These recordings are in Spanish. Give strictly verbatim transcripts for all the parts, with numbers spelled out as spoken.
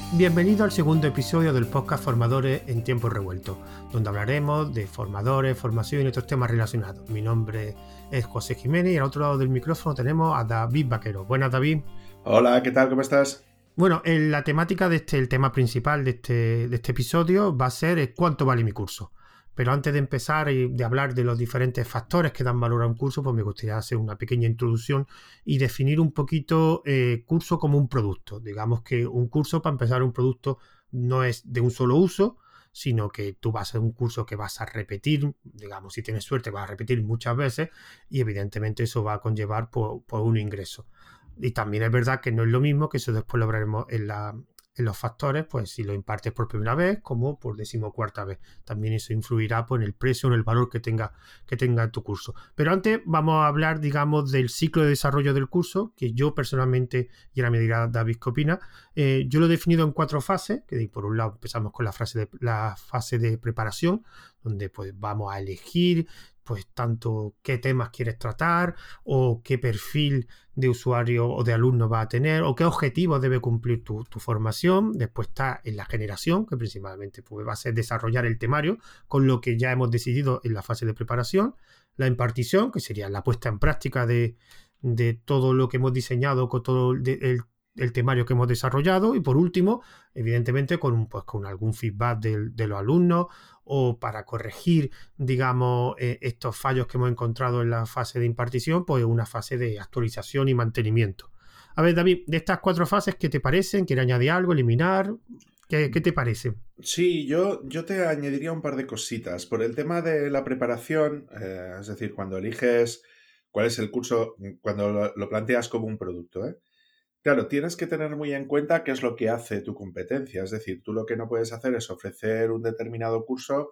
Bienvenido al segundo episodio del podcast Formadores en Tiempos Revueltos, donde hablaremos de formadores, formación y otros temas relacionados. Mi nombre es José Jiménez y al otro lado del micrófono tenemos a David Vaquero. Buenas, David. Hola, ¿qué tal? ¿Cómo estás? Bueno, en la temática de este, el tema principal de este, de este episodio va a ser ¿cuánto vale mi curso? Pero antes de empezar y de hablar de los diferentes factores que dan valor a un curso, pues me gustaría hacer una pequeña introducción y definir un poquito eh, curso como un producto. Digamos que un curso, para empezar, un producto no es de un solo uso, sino que tú vas a hacer un curso que vas a repetir, digamos, si tienes suerte, vas a repetir muchas veces y evidentemente eso va a conllevar por, por un ingreso. Y también es verdad que no es lo mismo, que eso después lo veremos en la... en los factores, pues si lo impartes por primera vez como por decimocuarta vez. También eso influirá pues, en el precio o en el valor que tenga, que tenga tu curso. Pero antes vamos a hablar, digamos, del ciclo de desarrollo del curso, que yo personalmente, y ahora me dirá David qué opina, eh, yo lo he definido en cuatro fases, que por un lado empezamos con la, frase de, la fase de preparación, donde pues vamos a elegir pues tanto qué temas quieres tratar o qué perfil de usuario o de alumno va a tener o qué objetivos debe cumplir tu, tu formación. Después está en la generación, que principalmente pues, va a ser desarrollar el temario con lo que ya hemos decidido en la fase de preparación. La impartición, que sería la puesta en práctica de, de todo lo que hemos diseñado, con todo el, el el temario que hemos desarrollado, y por último, evidentemente con, un, pues, con algún feedback de, de los alumnos o para corregir, digamos, eh, estos fallos que hemos encontrado en la fase de impartición, pues una fase de actualización y mantenimiento. A ver, David, de estas cuatro fases, ¿qué te parecen? ¿Quieres añadir algo, eliminar? ¿Qué, qué te parece? Sí, yo, yo te añadiría un par de cositas. Por el tema de la preparación, eh, es decir, cuando eliges cuál es el curso, cuando lo, lo planteas como un producto, ¿eh? Claro, tienes que tener muy en cuenta qué es lo que hace tu competencia. Es decir, tú lo que no puedes hacer es ofrecer un determinado curso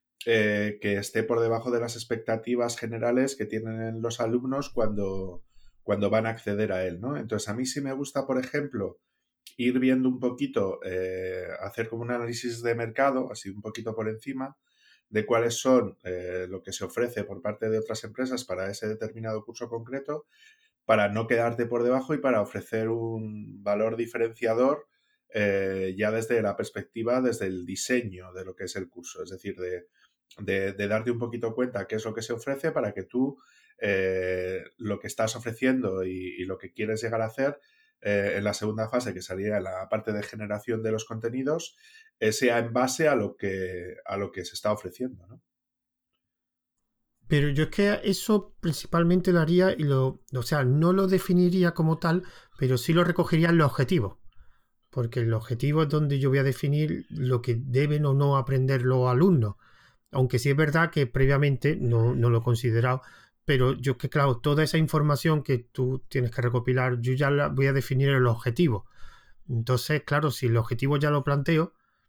eh, que esté por debajo de las expectativas generales que tienen los alumnos cuando, cuando van a acceder a él, ¿no? Entonces, a mí sí me gusta, por ejemplo, ir viendo un poquito, eh, hacer como un análisis de mercado, así un poquito por encima, de cuáles son eh, lo que se ofrece por parte de otras empresas para ese determinado curso concreto, para no quedarte por debajo y para ofrecer un valor diferenciador eh, ya desde la perspectiva, desde el diseño de lo que es el curso, es decir, de, de, de darte un poquito cuenta qué es lo que se ofrece para que tú eh, lo que estás ofreciendo y, y lo que quieres llegar a hacer eh, en la segunda fase, que sería la parte de generación de los contenidos, eh, sea en base a lo que, a lo que se está ofreciendo, ¿no? Pero yo es que eso principalmente lo haría y lo, o sea, no lo definiría como tal, pero sí lo recogería en los objetivos. Porque el objetivo es donde yo voy a definir lo que deben o no aprender los alumnos. Aunque sí es verdad que previamente no, no lo he considerado, pero yo es que, claro, toda esa información que tú tienes que recopilar, yo ya la voy a definir en el objetivo. Entonces, claro, si el objetivo ya lo planteo,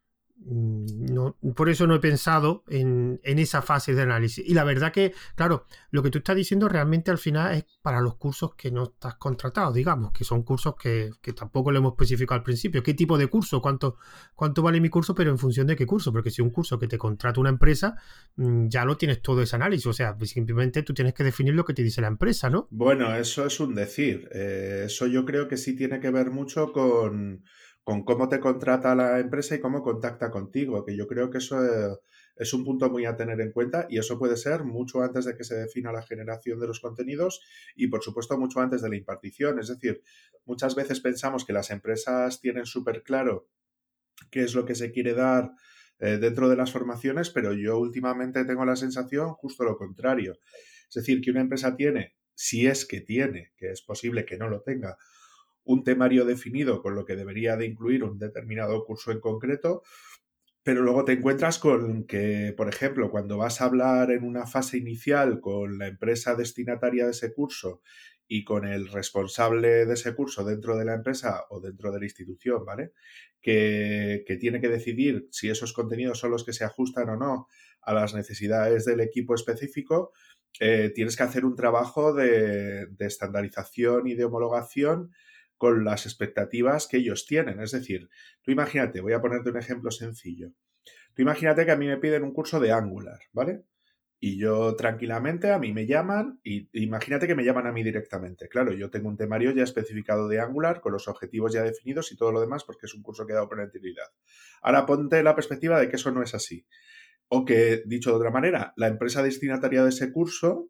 no, por eso no he pensado en, en esa fase de análisis. Y la verdad que, claro, lo que tú estás diciendo realmente al final es para los cursos que no estás contratado, digamos, que son cursos que, que tampoco lo hemos especificado al principio. ¿Qué tipo de curso? ¿Cuánto, cuánto vale mi curso? Pero en función de qué curso. Porque si un curso que te contrata una empresa, ya lo tienes todo ese análisis. O sea, simplemente tú tienes que definir lo que te dice la empresa, ¿no? Bueno, eso es un decir. Eh, eso yo creo que sí tiene que ver mucho con, con cómo te contrata la empresa y cómo contacta contigo, que yo creo que eso eh, es un punto muy a tener en cuenta y eso puede ser mucho antes de que se defina la generación de los contenidos y, por supuesto, mucho antes de la impartición. Es decir, muchas veces pensamos que las empresas tienen súper claro qué es lo que se quiere dar eh, dentro de las formaciones, pero yo últimamente tengo la sensación justo lo contrario. Es decir, que una empresa tiene, si es que tiene, que es posible que no lo tenga, un temario definido con lo que debería de incluir un determinado curso en concreto, pero luego te encuentras con que, por ejemplo, cuando vas a hablar en una fase inicial con la empresa destinataria de ese curso y con el responsable de ese curso dentro de la empresa o dentro de la institución, ¿vale? Que, que tiene que decidir si esos contenidos son los que se ajustan o no a las necesidades del equipo específico, eh, tienes que hacer un trabajo de, de estandarización y de homologación con las expectativas que ellos tienen. Es decir, tú imagínate, voy a ponerte un ejemplo sencillo. Tú imagínate que a mí me piden un curso de Angular, ¿vale? Y yo tranquilamente, a mí me llaman y imagínate que me llaman a mí directamente. Claro, yo tengo un temario ya especificado de Angular con los objetivos ya definidos y todo lo demás porque es un curso que he dado con anterioridad. Ahora ponte la perspectiva de que eso no es así. O que, dicho de otra manera, la empresa destinataria de ese curso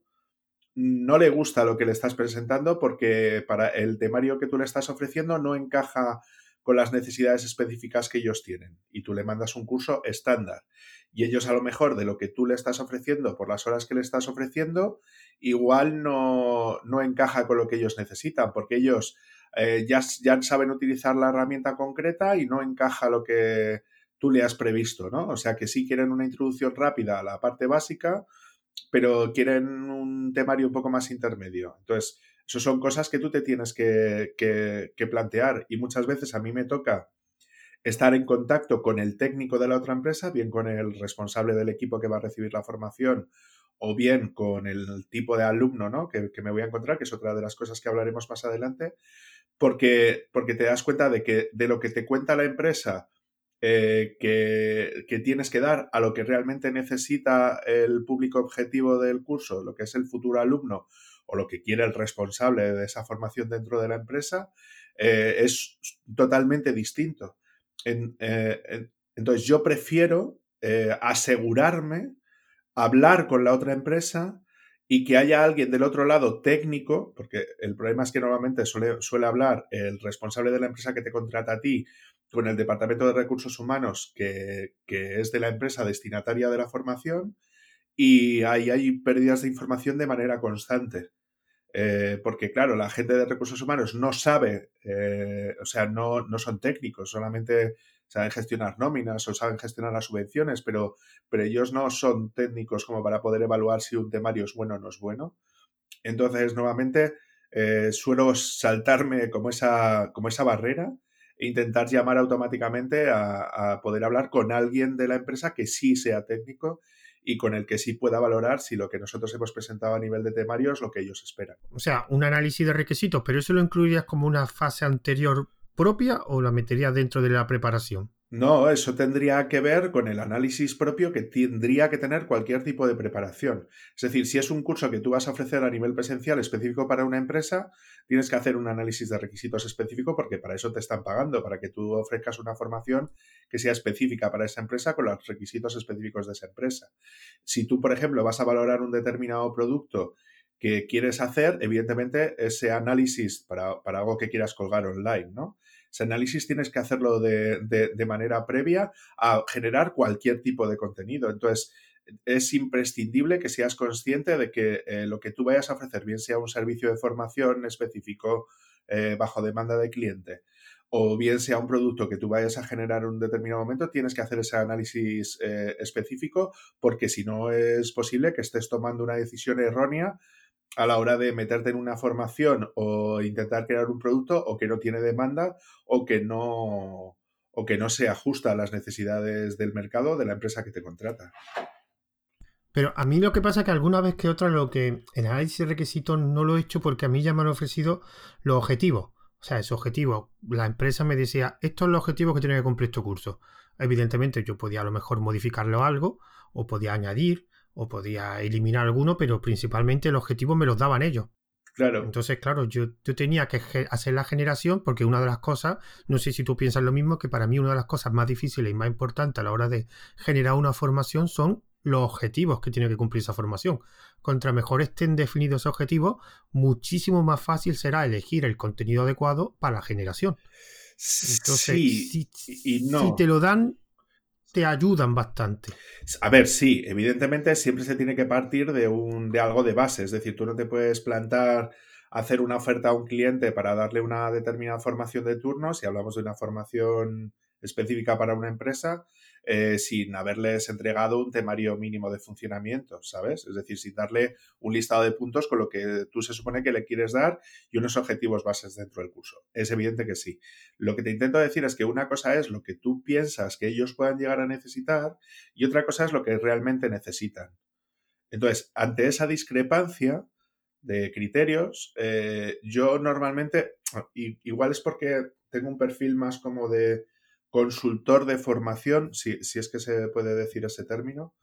no le gusta lo que le estás presentando porque para el temario que tú le estás ofreciendo no encaja con las necesidades específicas que ellos tienen y tú le mandas un curso estándar y ellos a lo mejor de lo que tú le estás ofreciendo por las horas que le estás ofreciendo igual no, no encaja con lo que ellos necesitan porque ellos eh, ya, ya saben utilizar la herramienta concreta y no encaja lo que tú le has previsto, ¿no? O sea que sí quieren una introducción rápida a la parte básica pero quieren un temario un poco más intermedio. Entonces, eso son cosas que tú te tienes que, que, que plantear y muchas veces a mí me toca estar en contacto con el técnico de la otra empresa, bien con el responsable del equipo que va a recibir la formación o bien con el tipo de alumno, ¿no? que, que me voy a encontrar, que es otra de las cosas que hablaremos más adelante, porque, porque te das cuenta de que de lo que te cuenta la empresa eh, que, que tienes que dar a lo que realmente necesita el público objetivo del curso, lo que es el futuro alumno o lo que quiere el responsable de esa formación dentro de la empresa, eh, es totalmente distinto. En, eh, en, entonces yo prefiero eh, asegurarme, hablar con la otra empresa y que haya alguien del otro lado técnico, porque el problema es que normalmente suele, suele hablar el responsable de la empresa que te contrata a ti con el departamento de recursos humanos que, que es de la empresa destinataria de la formación y ahí hay pérdidas de información de manera constante. Eh, porque, claro, la gente de recursos humanos no sabe, eh, o sea, no, no son técnicos, solamente saben gestionar nóminas o saben gestionar las subvenciones, pero, pero ellos no son técnicos como para poder evaluar si un temario es bueno o no es bueno. Entonces, nuevamente, eh, suelo saltarme como esa, como esa barrera e intentar llamar automáticamente a, a poder hablar con alguien de la empresa que sí sea técnico y con el que sí pueda valorar si lo que nosotros hemos presentado a nivel de temario es lo que ellos esperan. O sea, un análisis de requisitos, pero ¿eso lo incluirías como una fase anterior propia o la meterías dentro de la preparación? No, eso tendría que ver con el análisis propio que tendría que tener cualquier tipo de preparación. Es decir, si es un curso que tú vas a ofrecer a nivel presencial específico para una empresa, tienes que hacer un análisis de requisitos específico porque para eso te están pagando, para que tú ofrezcas una formación que sea específica para esa empresa con los requisitos específicos de esa empresa. Si tú, por ejemplo, vas a valorar un determinado producto que quieres hacer, evidentemente ese análisis para, para algo que quieras colgar online, ¿no? Ese análisis tienes que hacerlo de, de, de manera previa a generar cualquier tipo de contenido. Entonces, es imprescindible que seas consciente de que eh, lo que tú vayas a ofrecer, bien sea un servicio de formación específico eh, bajo demanda de cliente, o bien sea un producto que tú vayas a generar en un determinado momento, tienes que hacer ese análisis eh, específico, porque si no es posible que estés tomando una decisión errónea a la hora de meterte en una formación o intentar crear un producto o que no tiene demanda o que no, o que no se ajusta a las necesidades del mercado de la empresa que te contrata. Pero a mí lo que pasa es que alguna vez que otra lo que el análisis de requisitos no lo he hecho porque a mí ya me han ofrecido los objetivos. O sea, ese objetivo, la empresa me decía, estos son los objetivos que tiene que cumplir tu curso. Evidentemente yo podía a lo mejor modificarlo algo, o podía añadir, o podía eliminar alguno, pero principalmente el objetivo me los daban ellos. Claro. Entonces, claro, yo, yo tenía que hacer la generación porque una de las cosas, no sé si tú piensas lo mismo, que para mí una de las cosas más difíciles y más importantes a la hora de generar una formación son los objetivos que tiene que cumplir esa formación. Contra mejor estén definidos esos objetivos, muchísimo más fácil será elegir el contenido adecuado para la generación. Entonces, Sí si, y si te no. lo dan, te ayudan bastante. A ver, sí, evidentemente siempre se tiene que partir de, un, de algo de base, es decir, tú no te puedes plantar hacer una oferta a un cliente para darle una determinada formación de turno, si hablamos de una formación específica para una empresa, eh, sin haberles entregado un temario mínimo de funcionamiento, ¿sabes? Es decir, sin darle un listado de puntos con lo que tú se supone que le quieres dar y unos objetivos bases dentro del curso. Es evidente que sí. Lo que te intento decir es que una cosa es lo que tú piensas que ellos puedan llegar a necesitar y otra cosa es lo que realmente necesitan. Entonces, ante esa discrepancia de criterios, eh, yo normalmente, y, igual es porque tengo un perfil más como de consultor de formación, si, si es que se puede decir ese término,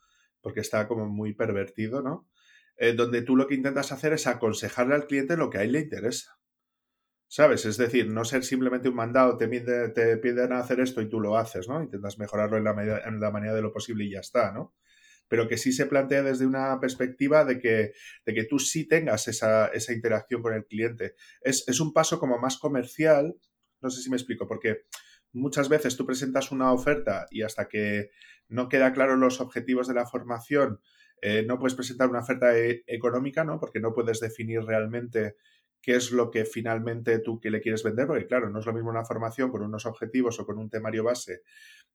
porque está como muy pervertido, ¿no? Eh, donde tú lo que intentas hacer es aconsejarle al cliente lo que a él le interesa. ¿Sabes? Es decir, no ser simplemente un mandado, te, pide, te piden hacer esto y tú lo haces, ¿no? Intentas mejorarlo en la, medida, en la manera de lo posible y ya está, ¿no? Pero que sí se plantea desde una perspectiva de que, de que tú sí tengas esa, esa interacción con el cliente. Es, es un paso como más comercial, no sé si me explico, porque muchas veces tú presentas una oferta y hasta que no queda claro los objetivos de la formación, eh, no puedes presentar una oferta e- económica, ¿no? Porque no puedes definir realmente qué es lo que finalmente tú que le quieres vender, porque claro, no es lo mismo una formación con unos objetivos o con un temario base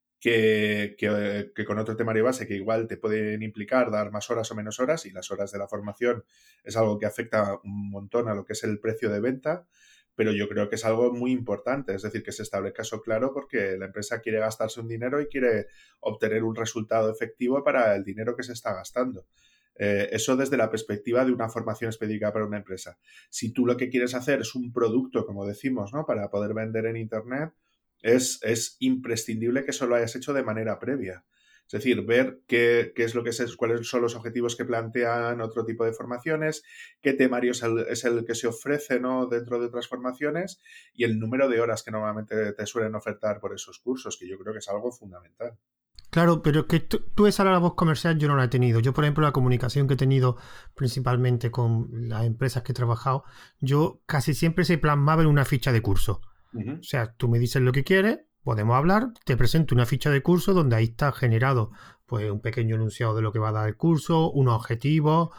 que, que, que, con otro temario base que igual te pueden implicar dar más horas o menos horas, y las horas de la formación es algo que afecta un montón a lo que es el precio de venta, pero yo creo que es algo muy importante, es decir, que se establezca eso claro porque la empresa quiere gastarse un dinero y quiere obtener un resultado efectivo para el dinero que se está gastando. Eh, eso desde la perspectiva de una formación específica para una empresa. Si tú lo que quieres hacer es un producto, como decimos, ¿no? Para poder vender en Internet, es, es imprescindible que eso lo hayas hecho de manera previa. Es decir, ver qué, qué es lo que es, cuáles son los objetivos que plantean otro tipo de formaciones, qué temario es el, es el que se ofrece, ¿no? Dentro de otras formaciones y el número de horas que normalmente te suelen ofertar por esos cursos, que yo creo que es algo fundamental. Claro, pero que tú, tú esa labor comercial yo no la he tenido. Yo, por ejemplo, la comunicación que he tenido principalmente con las empresas que he trabajado, yo casi siempre se plasmaba en una ficha de curso. Uh-huh. O sea, tú me dices lo que quieres, podemos hablar, te presento una ficha de curso donde ahí está generado pues un pequeño enunciado de lo que va a dar el curso, unos objetivos,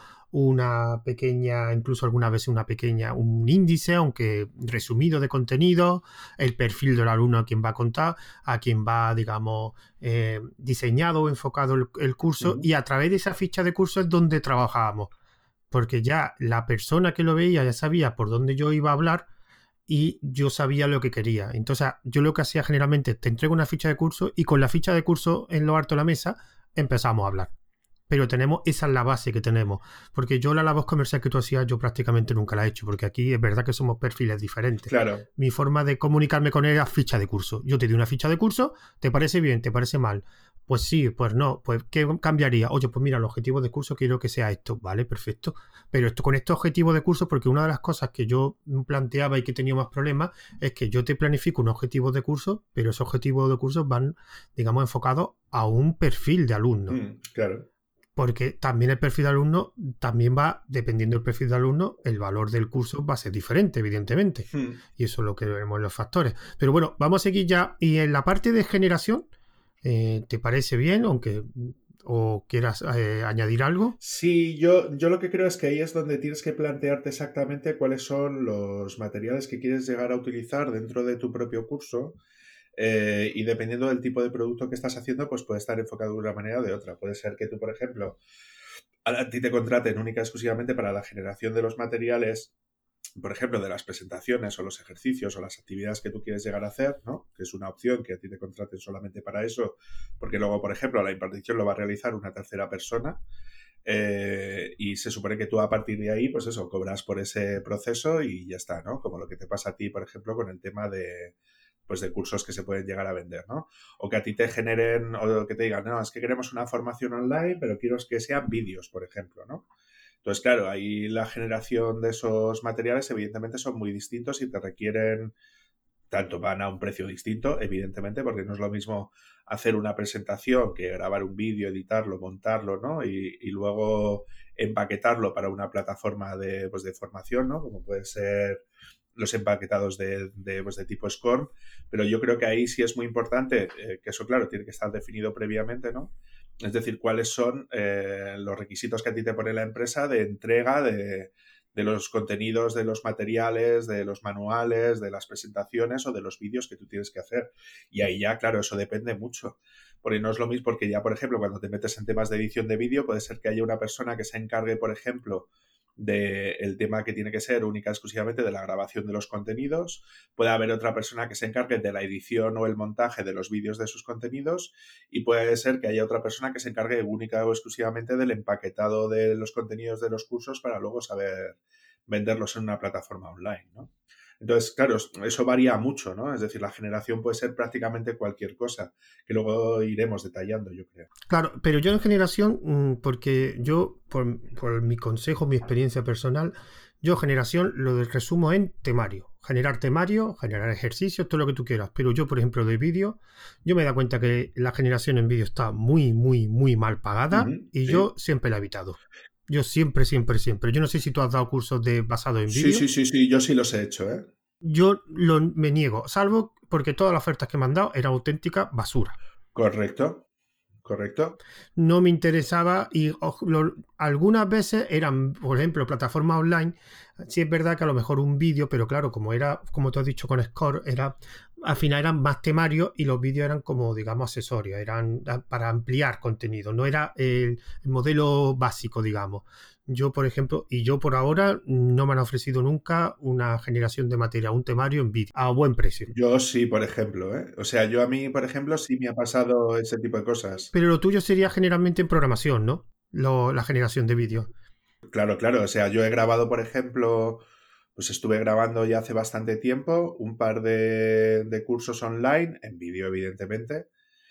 una pequeña, incluso algunas veces una pequeña, un índice, aunque resumido de contenido, el perfil del alumno a quien va a contar, a quien va, digamos, eh, diseñado o enfocado el, el curso, Uh-huh. y a través de esa ficha de curso es donde trabajábamos, porque ya la persona que lo veía ya sabía por dónde yo iba a hablar y yo sabía lo que quería. Entonces, yo lo que hacía generalmente, te entrego una ficha de curso y con la ficha de curso en lo alto de la mesa empezamos a hablar. Pero tenemos, esa es la base que tenemos. Porque yo la labor comercial que tú hacías, yo prácticamente nunca la he hecho, porque aquí es verdad que somos perfiles diferentes. Claro. Mi forma de comunicarme con él era ficha de curso. Yo te di una ficha de curso, ¿te parece bien? ¿Te parece mal? Pues sí, pues no, pues ¿qué cambiaría? Oye, pues mira, el objetivo de curso quiero que sea esto, vale, perfecto. Pero esto con este objetivo de curso, porque una de las cosas que yo planteaba y que tenía más problemas es que yo te planifico un objetivo de curso, pero esos objetivos de curso van, digamos, enfocados a un perfil de alumno. Mm, claro. Porque también el perfil de alumno, también va, dependiendo del perfil de alumno, el valor del curso va a ser diferente, evidentemente. Mm. Y eso es lo que vemos en los factores. Pero bueno, vamos a seguir ya. Y en la parte de generación, eh, ¿te parece bien? Aunque o quieras eh, añadir algo. Sí, yo, yo lo que creo es que ahí es donde tienes que plantearte exactamente cuáles son los materiales que quieres llegar a utilizar dentro de tu propio curso. Eh, y dependiendo del tipo de producto que estás haciendo, pues puede estar enfocado de una manera o de otra. Puede ser que tú, por ejemplo, a ti te contraten única y exclusivamente para la generación de los materiales, por ejemplo, de las presentaciones o los ejercicios o las actividades que tú quieres llegar a hacer, ¿no? Que es una opción que a ti te contraten solamente para eso, porque luego, por ejemplo, la impartición lo va a realizar una tercera persona. Eh, y se supone que tú a partir de ahí, pues eso, cobras por ese proceso y ya está, ¿no? Como lo que te pasa a ti, por ejemplo, con el tema de, pues de cursos que se pueden llegar a vender, ¿no? O que a ti te generen, o que te digan, no, es que queremos una formación online, pero quiero que sean vídeos, por ejemplo, ¿no? Entonces, claro, ahí la generación de esos materiales evidentemente son muy distintos y te requieren, tanto van a un precio distinto, evidentemente, porque no es lo mismo hacer una presentación que grabar un vídeo, editarlo, montarlo, ¿no? Y, y luego empaquetarlo para una plataforma de, pues, de formación, ¿no? Como puede ser los empaquetados de, de, pues, de tipo SCORM, pero yo creo que ahí sí es muy importante, eh, que eso, claro, tiene que estar definido previamente, ¿no? Es decir, cuáles son eh, los requisitos que a ti te pone la empresa de entrega de, de los contenidos, de los materiales, de los manuales, de las presentaciones o de los vídeos que tú tienes que hacer. Y ahí ya, claro, eso depende mucho. Porque no es lo mismo, porque ya, por ejemplo, cuando te metes en temas de edición de vídeo, puede ser que haya una persona que se encargue, por ejemplo, del tema que tiene que ser única y exclusivamente de la grabación de los contenidos. Puede haber otra persona que se encargue de la edición o el montaje de los vídeos de sus contenidos y puede ser que haya otra persona que se encargue única o exclusivamente del empaquetado de los contenidos de los cursos para luego saber venderlos en una plataforma online, ¿no? Entonces, claro, eso varía mucho, ¿no? Es decir, la generación puede ser prácticamente cualquier cosa, que luego iremos detallando, yo creo. Claro, pero yo en generación, mm, porque yo, por, por mi consejo, mi experiencia personal, yo generación lo resumo en temario. Generar temario, generar ejercicios, todo lo que tú quieras. Pero yo, por ejemplo, de vídeo, yo me he dado cuenta que la generación en vídeo está muy, muy, muy mal pagada Ujú, y sí. yo siempre la he evitado. Yo siempre, siempre, siempre. Yo no sé si tú has dado cursos de basado en Sí, vídeo. sí, sí, sí, yo sí los he hecho, ¿eh? Yo lo, me niego, salvo porque todas las ofertas que me han dado eran auténtica basura. Correcto, correcto. No me interesaba y o, lo, algunas veces eran, por ejemplo, plataformas online. Sí es verdad que a lo mejor un vídeo, pero claro, como era, como tú has dicho con Score, era, al final eran más temarios y los vídeos eran como, digamos, accesorios, eran para ampliar contenido, no era el, el modelo básico, digamos. Yo, por ejemplo, y yo por ahora no me han ofrecido nunca una generación de material, un temario en vídeo, a buen precio. Yo sí, por ejemplo, ¿eh? O sea, yo a mí, por ejemplo, sí me ha pasado ese tipo de cosas. Pero lo tuyo sería generalmente en programación, ¿no? Lo, la generación de vídeo. Claro, claro. O sea, yo he grabado, por ejemplo, pues estuve grabando ya hace bastante tiempo un par de, de cursos online, en vídeo, evidentemente,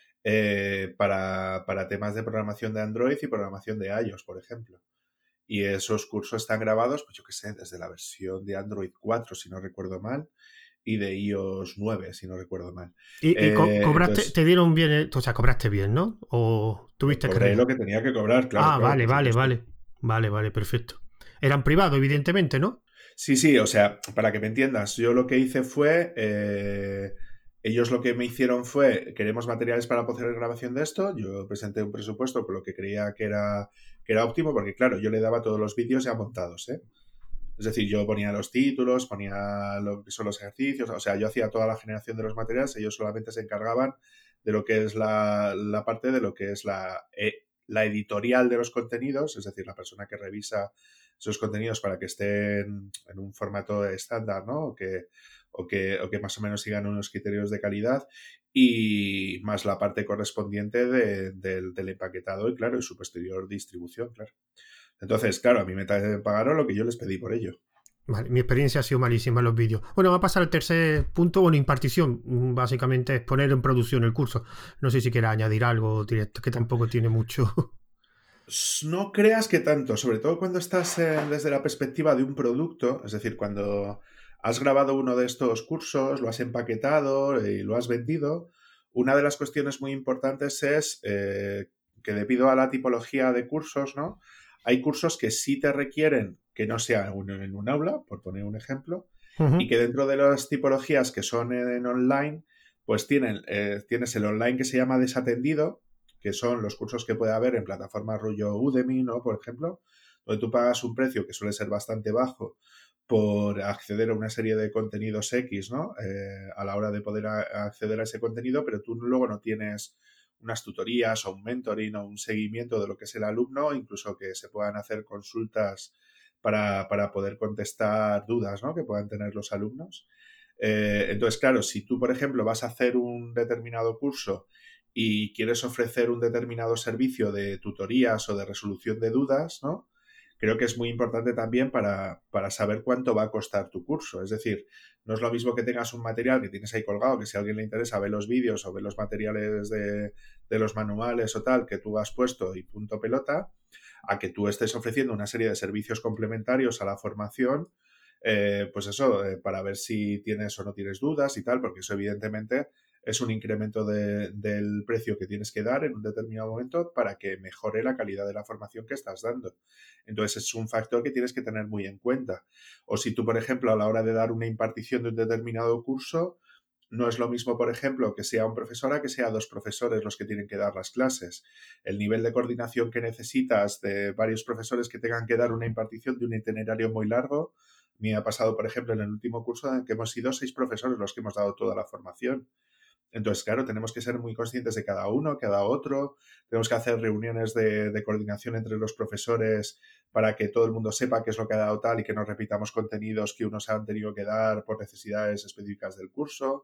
eh, para, para temas de programación de Android y programación de iOS, por ejemplo. Y esos cursos están grabados, pues yo qué sé, desde la versión de Android cuatro, si no recuerdo mal, y de iOS nueve, si no recuerdo mal. Y, y co Eh, cobraste, entonces, te dieron bien, el- o sea, cobraste bien, ¿no? ¿O pues tuviste que cobré arreglar? lo que tenía que cobrar, claro, Ah, claro, vale, por vale, supuesto. vale. Vale, vale, perfecto. Eran privados, evidentemente, ¿no? Sí, sí, o sea, para que me entiendas, yo lo que hice fue, eh, ellos lo que me hicieron fue, queremos materiales para hacer grabación de esto, yo presenté un presupuesto por lo que creía que era, que era óptimo, porque claro, yo le daba todos los vídeos ya montados, ¿eh? Es decir, yo ponía los títulos, ponía lo que son los ejercicios, o sea, yo hacía toda la generación de los materiales, ellos solamente se encargaban de lo que es la, la parte de lo que es la, eh, la editorial de los contenidos, es decir, la persona que revisa esos contenidos para que estén en un formato estándar, ¿no? O que, o que, o que más o menos sigan unos criterios de calidad y más la parte correspondiente de, del, del empaquetado y, claro, y su posterior distribución, claro. Entonces, claro, a mí me pagaron lo que yo les pedí por ello. Vale, mi experiencia ha sido malísima en los vídeos. Bueno, va a pasar al tercer punto, bueno, impartición. Mm, Básicamente es poner en producción el curso. No sé si quieres añadir algo directo, que tampoco tiene mucho. No creas que tanto, sobre todo cuando estás eh, desde la perspectiva de un producto, es decir, cuando has grabado uno de estos cursos, lo has empaquetado y lo has vendido, una de las cuestiones muy importantes es eh, que debido a la tipología de cursos, ¿no? Hay cursos que sí te requieren que no sea un- en un aula, por poner un ejemplo, y Ujú, que dentro de las tipologías que son en online, pues tienen, eh, tienes el online que se llama desatendido, que son los cursos que puede haber en plataformas rollo Udemy, ¿no? Por ejemplo, donde tú pagas un precio que suele ser bastante bajo por acceder a una serie de contenidos X, ¿no? Eh, a la hora de poder a- acceder a ese contenido, pero tú luego no tienes unas tutorías o un mentoring o un seguimiento de lo que es el alumno, incluso que se puedan hacer consultas para, para poder contestar dudas, ¿no? Que puedan tener los alumnos. Eh, entonces, claro, si tú, por ejemplo, vas a hacer un determinado curso y quieres ofrecer un determinado servicio de tutorías o de resolución de dudas, ¿no? Creo que es muy importante también para, para saber cuánto va a costar tu curso. Es decir, no es lo mismo que tengas un material que tienes ahí colgado, que si a alguien le interesa ve los vídeos o ve los materiales de, de los manuales o tal que tú has puesto y punto pelota, a que tú estés ofreciendo una serie de servicios complementarios a la formación, eh, pues eso, eh, para ver si tienes o no tienes dudas y tal, porque eso evidentemente es un incremento de, del precio que tienes que dar en un determinado momento para que mejore la calidad de la formación que estás dando. Entonces es un factor que tienes que tener muy en cuenta. O si tú, por ejemplo, a la hora de dar una impartición de un determinado curso, no es lo mismo, por ejemplo, que sea un profesor a que sea dos profesores los que tienen que dar las clases. El nivel de coordinación que necesitas de varios profesores que tengan que dar una impartición de un itinerario muy largo. Me ha pasado, por ejemplo, en el último curso en que hemos sido seis profesores los que hemos dado toda la formación. Entonces, claro, tenemos que ser muy conscientes de cada uno, cada otro. Tenemos que hacer reuniones de, de coordinación entre los profesores para que todo el mundo sepa qué es lo que ha dado tal y que no repitamos contenidos que unos han tenido que dar por necesidades específicas del curso.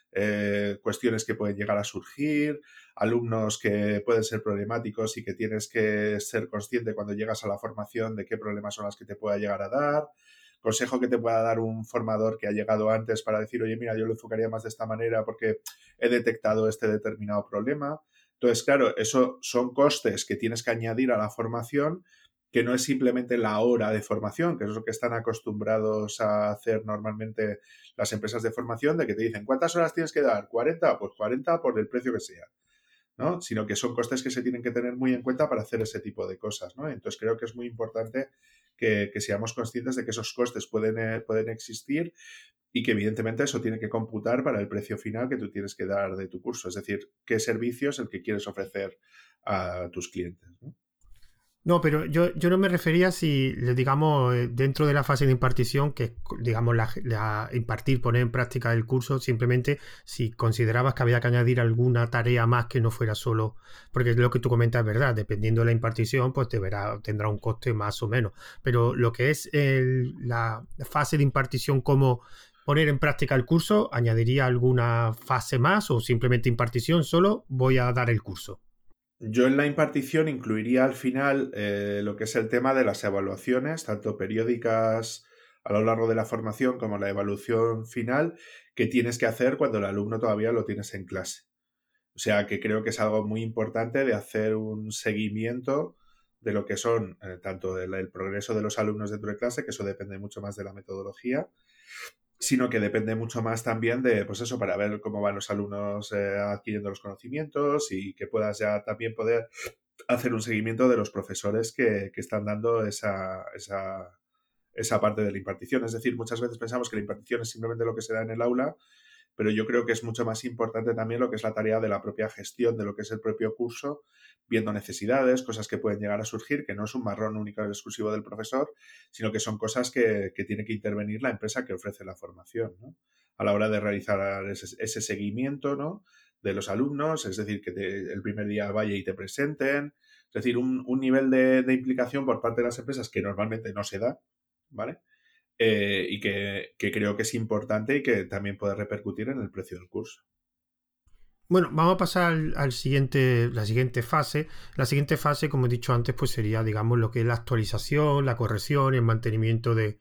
Eh, cuestiones que pueden llegar a surgir, alumnos que pueden ser problemáticos y que tienes que ser consciente cuando llegas a la formación de qué problemas son las que te pueda llegar a dar, consejo que te pueda dar un formador que ha llegado antes para decir, oye, mira, yo lo enfocaría más de esta manera porque he detectado este determinado problema. Entonces, claro, eso son costes que tienes que añadir a la formación, que no es simplemente la hora de formación, que es lo que están acostumbrados a hacer normalmente las empresas de formación, de que te dicen, ¿cuántas horas tienes que dar? ¿cuarenta? Pues cuarenta por el precio que sea, ¿no? Sino que son costes que se tienen que tener muy en cuenta para hacer ese tipo de cosas, ¿no? Entonces creo que es muy importante que, que seamos conscientes de que esos costes pueden, eh, pueden existir y que evidentemente eso tiene que computar para el precio final que tú tienes que dar de tu curso. Es decir, qué servicio es el que quieres ofrecer a tus clientes, ¿no? No, pero yo, yo no me refería si, digamos, eh, dentro de la fase de impartición, que es, digamos, la, la impartir, poner en práctica el curso, simplemente si considerabas que había que añadir alguna tarea más que no fuera solo, porque lo que tú comentas es verdad, dependiendo de la impartición, pues deberá, tendrá un coste más o menos. Pero lo que es el, la fase de impartición como poner en práctica el curso, ¿añadiría alguna fase más o simplemente impartición solo voy a dar el curso? Yo en la impartición incluiría al final eh, lo que es el tema de las evaluaciones, tanto periódicas a lo largo de la formación como la evaluación final que tienes que hacer cuando el alumno todavía lo tienes en clase. O sea que creo que es algo muy importante de hacer un seguimiento de lo que son eh, tanto el, el progreso de los alumnos dentro de clase, que eso depende mucho más de la metodología, sino que depende mucho más también de, pues eso, para ver cómo van los alumnos eh, adquiriendo los conocimientos y que puedas ya también poder hacer un seguimiento de los profesores que, que están dando esa, esa, esa parte de la impartición. Es decir, muchas veces pensamos que la impartición es simplemente lo que se da en el aula, pero yo creo que es mucho más importante también lo que es la tarea de la propia gestión de lo que es el propio curso, viendo necesidades, cosas que pueden llegar a surgir, que no es un marrón único y exclusivo del profesor, sino que son cosas que, que tiene que intervenir la empresa que ofrece la formación, ¿no? A la hora de realizar ese, ese seguimiento, ¿no?, de los alumnos, es decir, que te, el primer día vaya y te presenten, es decir, un, un nivel de, de implicación por parte de las empresas que normalmente no se da, ¿vale? Eh, y que, que creo que es importante y que también puede repercutir en el precio del curso. Bueno, vamos a pasar al, al siguiente, la siguiente fase. La siguiente fase, como he dicho antes, pues sería, digamos, lo que es la actualización, la corrección, el mantenimiento de,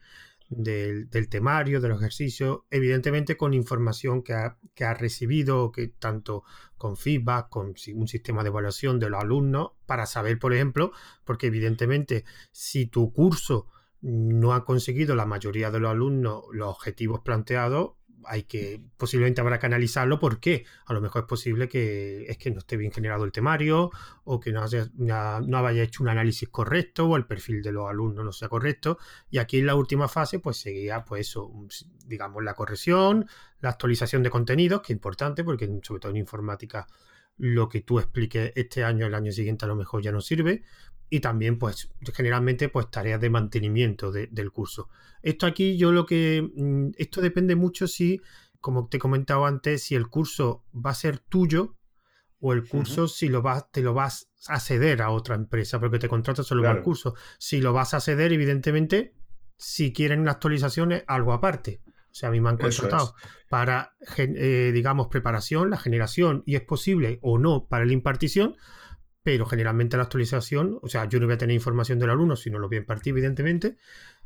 de, del temario, de los ejercicios, evidentemente con información que ha, que ha recibido, que tanto con feedback, con un sistema de evaluación de los alumnos, para saber, por ejemplo, porque evidentemente si tu curso no ha conseguido la mayoría de los alumnos los objetivos planteados, hay que, posiblemente habrá que analizarlo. ¿Por qué? A lo mejor es posible que es que no esté bien generado el temario o que no haya, no haya hecho un análisis correcto o el perfil de los alumnos no sea correcto. Y aquí en la última fase pues seguía pues eso, digamos la corrección, la actualización de contenidos, que es importante porque sobre todo en informática lo que tú expliques este año, el año siguiente a lo mejor ya no sirve. Y también, pues, generalmente, pues, tareas de mantenimiento de, del curso. Esto aquí, yo lo que... Esto depende mucho si, como te he comentado antes, si el curso va a ser tuyo o el curso uh-huh. si lo vas, te lo vas a ceder a otra empresa, porque te contratas solo claro. para el curso. Si lo vas a ceder, evidentemente, si quieren actualizaciones, algo aparte. O sea, a mí me han contratado es. para, eh, digamos, preparación, la generación, y es posible o no para la impartición, pero generalmente la actualización, o sea, yo no voy a tener información del alumno, sino lo voy a impartir, evidentemente,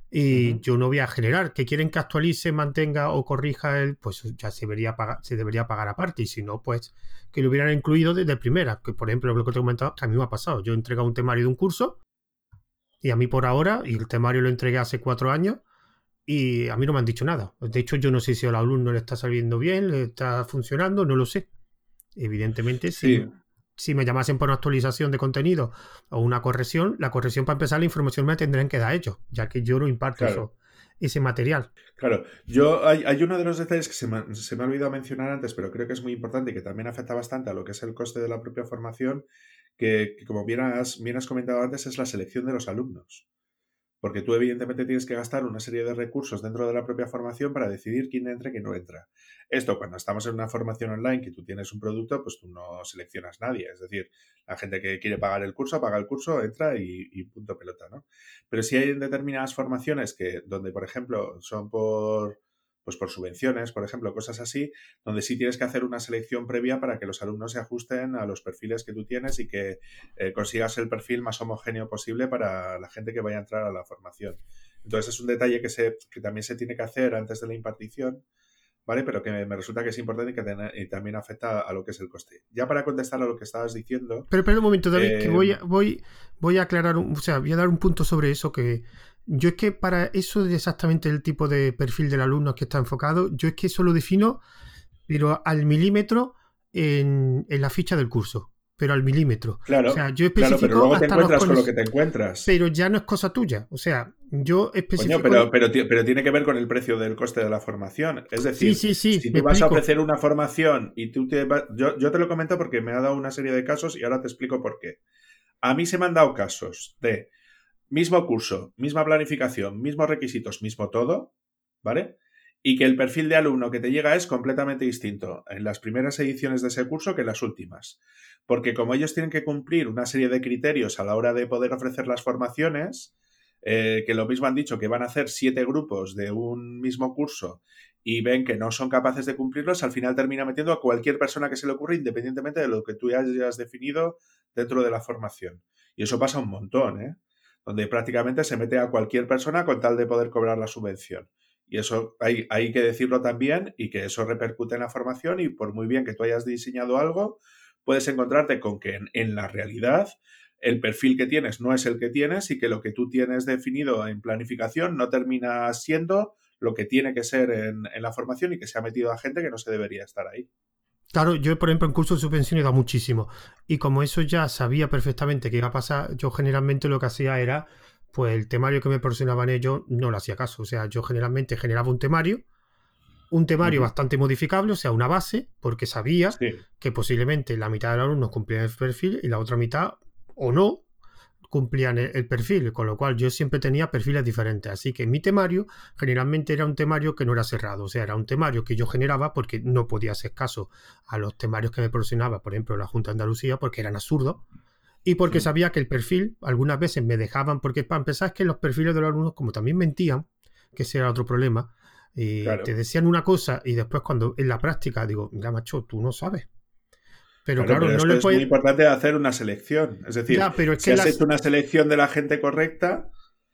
y uh-huh. yo no voy a generar. ¿Que quieren que actualice, mantenga o corrija él? Pues ya se debería pagar, se debería pagar aparte, y si no, pues que lo hubieran incluido desde primera, que por ejemplo, lo que te he comentado, que a mí me ha pasado. Yo he entregado un temario de un curso, y a mí por ahora, y el temario lo entregué hace cuatro años, y a mí no me han dicho nada. De hecho, yo no sé si al alumno le está saliendo bien, le está funcionando, no lo sé. Evidentemente, sí. Si, si me llamasen por una actualización de contenido o una corrección, la corrección para empezar la información me la tendrían que dar ellos, ya que yo no imparto claro. eso, ese material. Claro, yo hay, hay uno de los detalles que se me, se me ha olvidado mencionar antes, pero creo que es muy importante y que también afecta bastante a lo que es el coste de la propia formación, que, que como bien has, bien has comentado antes, es la selección de los alumnos. Porque tú evidentemente tienes que gastar una serie de recursos dentro de la propia formación para decidir quién entra y quién no entra. Esto cuando estamos en una formación online que tú tienes un producto, pues tú no seleccionas a nadie. Es decir, la gente que quiere pagar el curso, paga el curso, entra y, y punto pelota, ¿no? Pero sí hay determinadas formaciones que donde, por ejemplo, son por... pues por subvenciones, por ejemplo, cosas así, donde sí tienes que hacer una selección previa para que los alumnos se ajusten a los perfiles que tú tienes y que eh, consigas el perfil más homogéneo posible para la gente que vaya a entrar a la formación. Entonces es un detalle que, se, que también se tiene que hacer antes de la impartición, ¿vale? Pero que me, me resulta que es importante y que ten, y también afecta a lo que es el coste. Ya para contestar a lo que estabas diciendo... Pero espera un momento, David, eh, que voy a, voy, voy a aclarar, un, o sea, voy a dar un punto sobre eso, que yo es que para eso de exactamente el tipo de perfil del alumno que está enfocado, yo es que eso lo defino, pero al milímetro en, en la ficha del curso, pero al milímetro. Claro, o sea, yo claro, pero especifico luego te hasta los encuentras con lo conos, que te encuentras. pero ya no es cosa tuya. O sea, yo Coño, especifico... pero, pero, ti- pero tiene que ver con el precio del coste de la formación. Es Sí, decir, sí, sí, si me tú vas a explico. ofrecer una formación y tú te vas... Yo, yo te lo comento porque me ha dado una serie de casos y ahora te explico por qué. A mí se me han dado casos de mismo curso, misma planificación, mismos requisitos, mismo todo, ¿vale? Y que el perfil de alumno que te llega es completamente distinto en las primeras ediciones de ese curso que en las últimas. Porque como ellos tienen que cumplir una serie de criterios a la hora de poder ofrecer las formaciones, eh, que lo mismo han dicho que van a hacer siete grupos de un mismo curso y ven que no son capaces de cumplirlos, al final termina metiendo a cualquier persona que se le ocurra, independientemente de lo que tú hayas definido dentro de la formación. Y eso pasa un montón, ¿eh? Donde prácticamente se mete a cualquier persona con tal de poder cobrar la subvención. Y eso hay, hay que decirlo también y que eso repercute en la formación y por muy bien que tú hayas diseñado algo, puedes encontrarte con que en, en la realidad el perfil que tienes no es el que tienes y que lo que tú tienes definido en planificación no termina siendo lo que tiene que ser en, en la formación y que se ha metido a gente que no se debería estar ahí. Claro, yo por ejemplo en cursos de subvención he dado muchísimo y como eso ya sabía perfectamente que iba a pasar, yo generalmente lo que hacía era, pues el temario que me proporcionaban ellos no le hacía caso, o sea, yo generalmente generaba un temario, un temario Uh-huh. bastante modificable, o sea, una base, porque sabía Sí. que posiblemente la mitad de los alumnos cumplían el perfil y la otra mitad o no cumplían el, el perfil, con lo cual yo siempre tenía perfiles diferentes. Así que mi temario generalmente era un temario que no era cerrado, o sea, era un temario que yo generaba porque no podía hacer caso a los temarios que me proporcionaba, por ejemplo, la Junta de Andalucía, porque eran absurdos. Y porque Uh-huh. sabía que el perfil, algunas veces me dejaban, porque para empezar es que los perfiles de los alumnos, como también mentían, que ese era otro problema, y te Claro. decían una cosa y después cuando en la práctica digo, mira macho, tú no sabes. Pero Claro, claro, pero no esto le es muy puedes... importante hacer una selección. Es decir, Ya, pero es si que has las... hecho una selección de la gente correcta,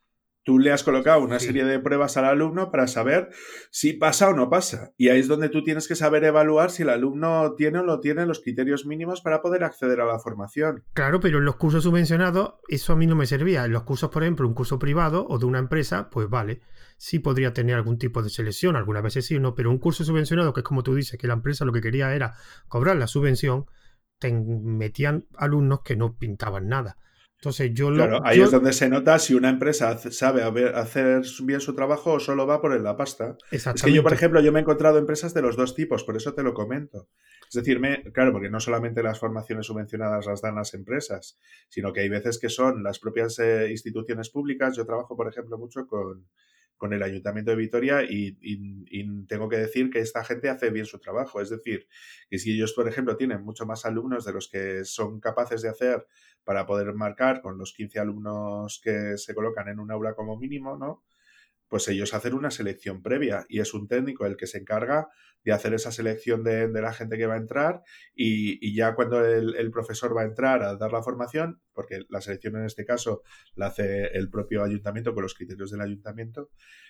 tú le has colocado una Sí. serie de pruebas al alumno para saber si pasa o no pasa. Y ahí es donde tú tienes que saber evaluar si el alumno tiene o no tiene los criterios mínimos para poder acceder a la formación. Claro, pero en los cursos subvencionados eso a mí no me servía. En los cursos, por ejemplo, un curso privado o de una empresa, pues vale, sí podría tener algún tipo de selección, algunas veces sí o no, pero un curso subvencionado, que es como tú dices, que la empresa lo que quería era cobrar la subvención, te metían alumnos que no pintaban nada. Entonces yo lo... Claro, ahí es Yo, donde se nota si una empresa hace- sabe haber- hacer bien su trabajo o solo va por la pasta. Es que yo, por exactamente. ejemplo, yo me he encontrado empresas de los dos tipos, por eso te lo comento. Es decir, me, claro, porque no solamente las formaciones subvencionadas las dan las empresas, sino que hay veces que son las propias eh, instituciones públicas. Yo trabajo, por ejemplo, mucho con, con el Ayuntamiento de Vitoria y, y- y tengo que decir que esta gente hace bien su trabajo. Es decir, que si ellos, por ejemplo, tienen mucho más alumnos de los que son capaces de hacer para poder marcar con los quince alumnos que se colocan en un aula como mínimo, ¿no? Pues ellos hacen una selección previa y es un técnico el que se encarga de hacer esa selección de, de la gente que va a entrar y, y ya cuando el, el profesor va a entrar a dar la formación, porque la selección en este caso la hace el propio ayuntamiento con los criterios del ayuntamiento,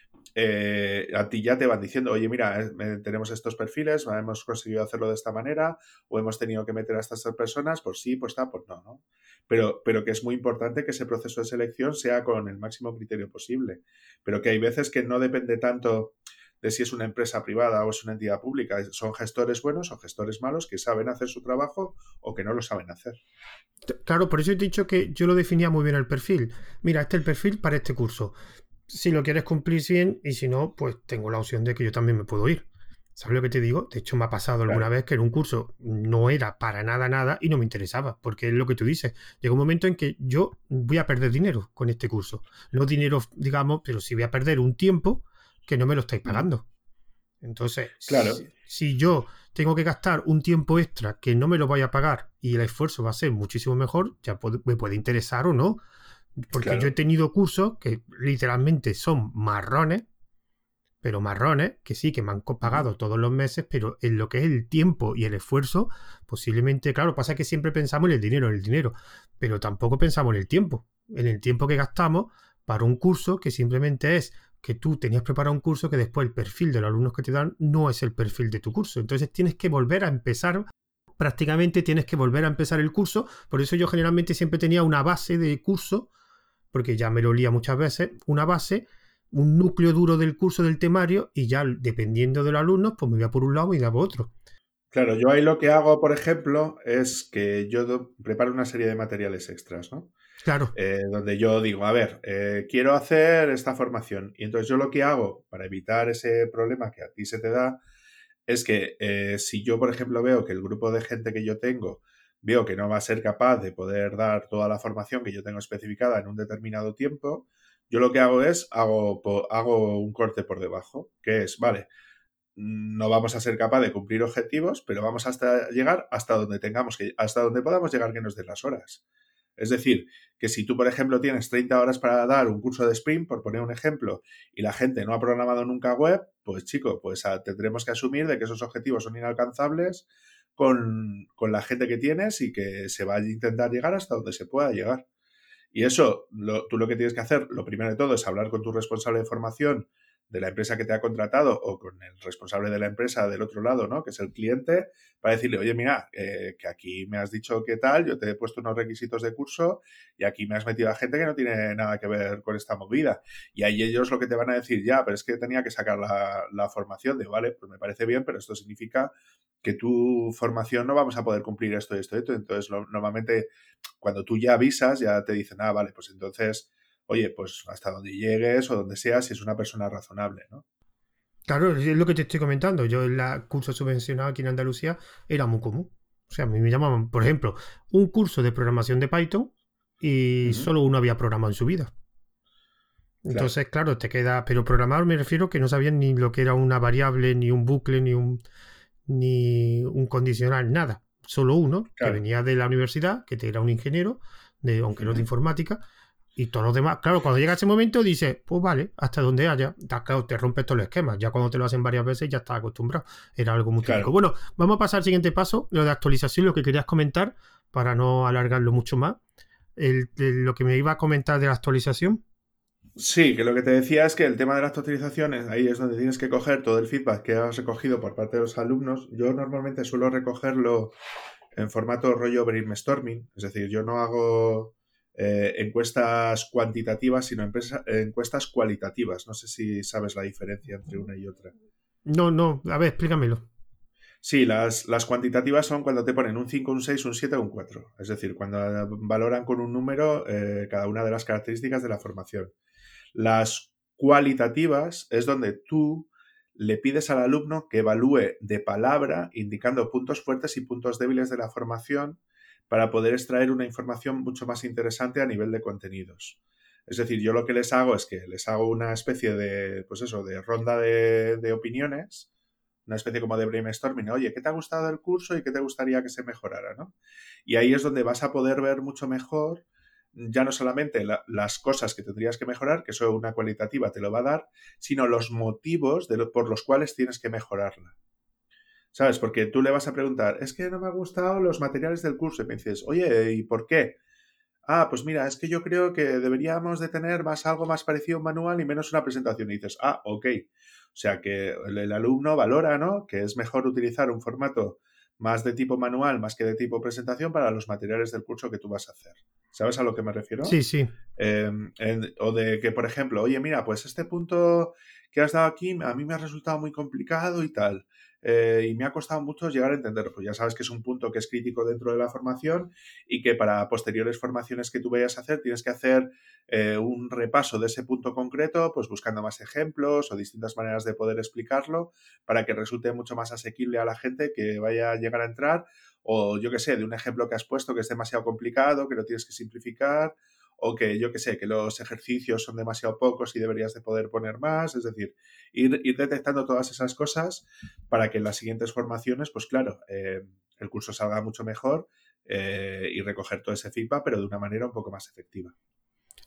eh, a ti ya te van diciendo, oye, mira, eh, tenemos estos perfiles, hemos conseguido hacerlo de esta manera, o hemos tenido que meter a estas personas, pues sí, pues está, pues no, ¿no? Pero, pero que es muy importante que ese proceso de selección sea con el máximo criterio posible. Pero que hay veces que no depende tanto de si es una empresa privada o es una entidad pública. Son gestores buenos o gestores malos que saben hacer su trabajo o que no lo saben hacer. Claro, por eso he dicho que yo lo definía muy bien el perfil. Mira, este es el perfil para este curso. Si lo quieres cumplir bien y si no, pues tengo la opción de que yo también me puedo ir. ¿Sabes lo que te digo? De hecho, me ha pasado alguna Claro. vez que en un curso no era para nada nada y no me interesaba, porque es lo que tú dices. Llega un momento en que yo voy a perder dinero con este curso. No dinero, digamos, pero sí voy a perder un tiempo que no me lo estáis pagando. Entonces, Claro. si, si yo tengo que gastar un tiempo extra que no me lo vaya a pagar y el esfuerzo va a ser muchísimo mejor, ya puede, me puede interesar o no. Porque Claro. yo he tenido cursos que literalmente son marrones, pero marrones, que sí, que me han pagado Uh-huh. todos los meses, pero en lo que es el tiempo y el esfuerzo, posiblemente, claro, pasa que siempre pensamos en el dinero, en el dinero, pero tampoco pensamos en el tiempo, en el tiempo que gastamos para un curso que simplemente es que tú tenías preparado un curso que después el perfil de los alumnos que te dan no es el perfil de tu curso. Entonces tienes que volver a empezar, prácticamente tienes que volver a empezar el curso. Por eso yo generalmente siempre tenía una base de curso, porque ya me lo lía muchas veces, una base, un núcleo duro del curso, del temario, y ya dependiendo de los alumnos, pues me iba por un lado y iba por otro. Claro, yo ahí lo que hago, por ejemplo, es que yo do- preparo una serie de materiales extras, ¿no? Claro, Eh, donde yo digo, a ver, eh, quiero hacer esta formación. Y entonces yo lo que hago para evitar ese problema que a ti se te da es que eh, si yo, por ejemplo, veo que el grupo de gente que yo tengo, veo que no va a ser capaz de poder dar toda la formación que yo tengo especificada en un determinado tiempo, yo lo que hago es, hago, po- hago un corte por debajo, que es, vale, no vamos a ser capaz de cumplir objetivos, pero vamos hasta llegar hasta donde tengamos que, hasta donde podamos llegar que nos den las horas. Es decir, que si tú, por ejemplo, tienes treinta horas para dar un curso de sprint, por poner un ejemplo, y la gente no ha programado nunca web, pues chico, pues a, tendremos que asumir de que esos objetivos son inalcanzables con, con la gente que tienes y que se va a intentar llegar hasta donde se pueda llegar. Y eso, lo, tú lo que tienes que hacer, lo primero de todo, es hablar con tu responsable de formación de la empresa que te ha contratado o con el responsable de la empresa del otro lado, ¿no? Que es el cliente, para decirle, oye, mira, eh, que aquí me has dicho qué tal, yo te he puesto unos requisitos de curso y aquí me has metido a gente que no tiene nada que ver con esta movida. Y ahí ellos lo que te van a decir, ya, pero es que tenía que sacar la, la formación. De, vale, pues me parece bien, pero esto significa que tu formación no vamos a poder cumplir esto y esto y esto. Entonces, lo, normalmente cuando tú ya avisas, ya te dicen, ah, vale, pues entonces, oye, pues hasta donde llegues o donde seas, si es una persona razonable, ¿no? claro, es lo que te estoy comentando. Yo en la curso subvencionado aquí en Andalucía era muy común. O sea, a mí me llamaban, por ejemplo, un curso de programación de Python y Ujú, solo uno había programado en su vida. claro. Entonces, claro, te queda. Pero programar me refiero que no sabían ni lo que era una variable, ni un bucle, ni un, ni un condicional, nada. Solo uno que Claro. venía de la universidad, que era un ingeniero, de, aunque no de Ujú. informática, y todos los demás. Claro, cuando llega ese momento dices, pues vale, hasta donde haya. Claro, te rompes todos los esquemas. Ya cuando te lo hacen varias veces ya estás acostumbrado. Era algo muy típico. Claro. Bueno, vamos a pasar al siguiente paso, lo de actualización, lo que querías comentar, para no alargarlo mucho más. El, el- lo que me iba a comentar de la actualización. Sí, que lo que te decía es que el tema de las totalizaciones, ahí es donde tienes que coger todo el feedback que has recogido por parte de los alumnos. Yo normalmente suelo recogerlo en formato rollo brainstorming, es decir, yo no hago eh, encuestas cuantitativas, sino empresa- encuestas cualitativas. No sé si sabes la diferencia entre una y otra. No, no, a ver, explícamelo. Sí, las, las cuantitativas son cuando te ponen un cinco, un seis, un siete o un cuatro. Es decir, cuando valoran con un número eh, cada una de las características de la formación. Las cualitativas es donde tú le pides al alumno que evalúe de palabra, indicando puntos fuertes y puntos débiles de la formación para poder extraer una información mucho más interesante a nivel de contenidos. Es decir, yo lo que les hago es que les hago una especie de, pues eso, de ronda de, de opiniones, una especie como de brainstorming. Oye, ¿qué te ha gustado del curso y qué te gustaría que se mejorara, ¿no? Y ahí es donde vas a poder ver mucho mejor ya no solamente la, las cosas que tendrías que mejorar, que eso una cualitativa te lo va a dar, sino los motivos de lo, por los cuales tienes que mejorarla. ¿Sabes? Porque tú le vas a preguntar, es que no me han gustado los materiales del curso. Y me dices, oye, ¿y por qué? Ah, pues mira, es que yo creo que deberíamos de tener más algo más parecido a un manual y menos una presentación. Y dices, ah, ok. O sea que el, el alumno valora, ¿no? Que es mejor utilizar un formato más de tipo manual, más que de tipo presentación para los materiales del curso que tú vas a hacer. ¿Sabes a lo que me refiero? Sí, sí. Eh, en- o de que, por ejemplo, oye, mira, pues este punto que has dado aquí a mí me ha resultado muy complicado y tal. Eh, y me ha costado mucho llegar a entenderlo. Pues ya sabes que es un punto que es crítico dentro de la formación y que para posteriores formaciones que tú vayas a hacer tienes que hacer eh, un repaso de ese punto concreto, pues buscando más ejemplos o distintas maneras de poder explicarlo para que resulte mucho más asequible a la gente que vaya a llegar a entrar o yo que sé, de un ejemplo que has puesto que es demasiado complicado, que lo tienes que simplificar o que yo que sé, que los ejercicios son demasiado pocos y deberías de poder poner más, es decir, ir, ir detectando todas esas cosas para que en las siguientes formaciones, pues claro, eh, el curso salga mucho mejor eh, y recoger todo ese feedback, pero de una manera un poco más efectiva.